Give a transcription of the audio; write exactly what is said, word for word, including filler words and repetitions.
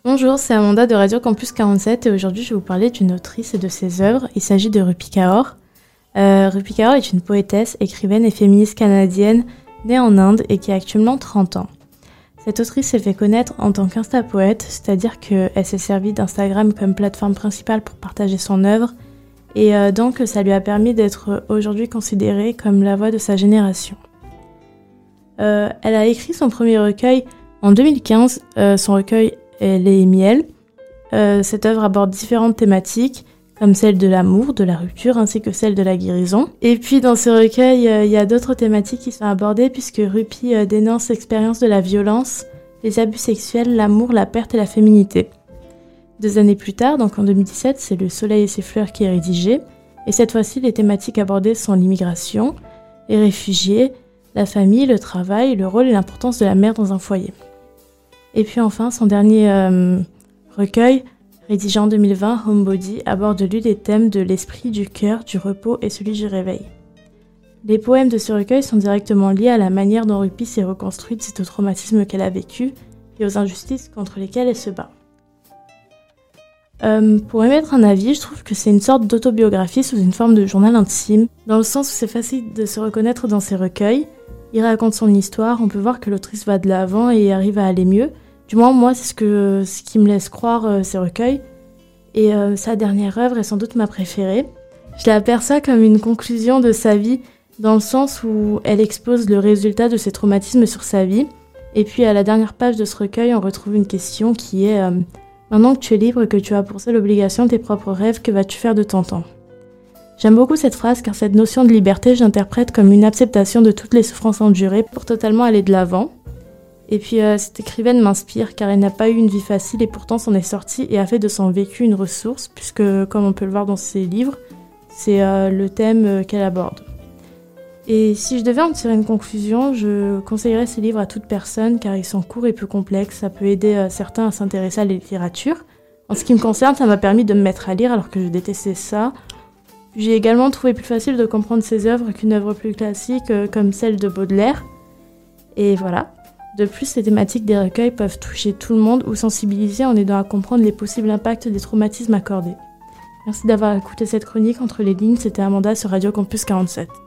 Bonjour, c'est Amanda de Radio Campus quarante-sept et aujourd'hui je vais vous parler d'une autrice et de ses œuvres. Il s'agit de Rupi Kaur. Euh, Rupi Kaur est une poétesse, écrivaine et féministe canadienne née en Inde et qui a actuellement trente ans. Cette autrice s'est fait connaître en tant qu'insta-poète, c'est-à-dire qu'elle s'est servie d'Instagram comme plateforme principale pour partager son œuvre et euh, donc ça lui a permis d'être aujourd'hui considérée comme la voix de sa génération. Euh, elle a écrit son premier recueil en deux mille quinze, euh, son recueil Lait et miel. Euh, cette œuvre aborde différentes thématiques, comme celle de l'amour, de la rupture, ainsi que celle de la guérison. Et puis dans ce recueil, euh, il y a d'autres thématiques qui sont abordées, puisque Rupi euh, dénonce l'expérience de la violence, les abus sexuels, l'amour, la perte et la féminité. Deux années plus tard, donc en deux mille dix-sept, c'est Le Soleil et ses fleurs qui est rédigé, et cette fois-ci, les thématiques abordées sont l'immigration, les réfugiés, la famille, le travail, le rôle et l'importance de la mère dans un foyer. Et puis enfin, son dernier euh, recueil, rédigé en deux mille vingt, Homebody, aborde lui les thèmes de l'esprit, du cœur, du repos et celui du réveil. Les poèmes de ce recueil sont directement liés à la manière dont Rupi s'est reconstruite suite au traumatisme qu'elle a vécu et aux injustices contre lesquelles elle se bat. Euh, pour émettre un avis, je trouve que c'est une sorte d'autobiographie sous une forme de journal intime, dans le sens où c'est facile de se reconnaître dans ses recueils. Il raconte son histoire, on peut voir que l'autrice va de l'avant et arrive à aller mieux. Du moins, moi, c'est ce, que, ce qui me laisse croire euh, ces recueils. Et euh, sa dernière œuvre est sans doute ma préférée. Je la perçois comme une conclusion de sa vie, dans le sens où elle expose le résultat de ses traumatismes sur sa vie. Et puis, à la dernière page de ce recueil, on retrouve une question qui est euh, « Maintenant que tu es libre, que tu as pour seule obligation tes propres rêves, que vas-tu faire de ton temps ?» J'aime beaucoup cette phrase car cette notion de liberté, je l'interprète comme une acceptation de toutes les souffrances endurées pour totalement aller de l'avant. Et puis euh, cette écrivaine m'inspire car elle n'a pas eu une vie facile et pourtant s'en est sortie et a fait de son vécu une ressource puisque, comme on peut le voir dans ses livres, c'est euh, le thème euh, qu'elle aborde. Et si je devais en tirer une conclusion, je conseillerais ces livres à toute personne car ils sont courts et peu complexes, ça peut aider euh, certains à s'intéresser à la littérature. En ce qui me concerne, ça m'a permis de me mettre à lire alors que je détestais ça. J'ai également trouvé plus facile de comprendre ses œuvres qu'une œuvre plus classique euh, comme celle de Baudelaire. Et voilà. De plus, les thématiques des recueils peuvent toucher tout le monde ou sensibiliser en aidant à comprendre les possibles impacts des traumatismes accordés. Merci d'avoir écouté cette chronique entre les lignes, c'était Amanda sur Radio Campus quarante-sept.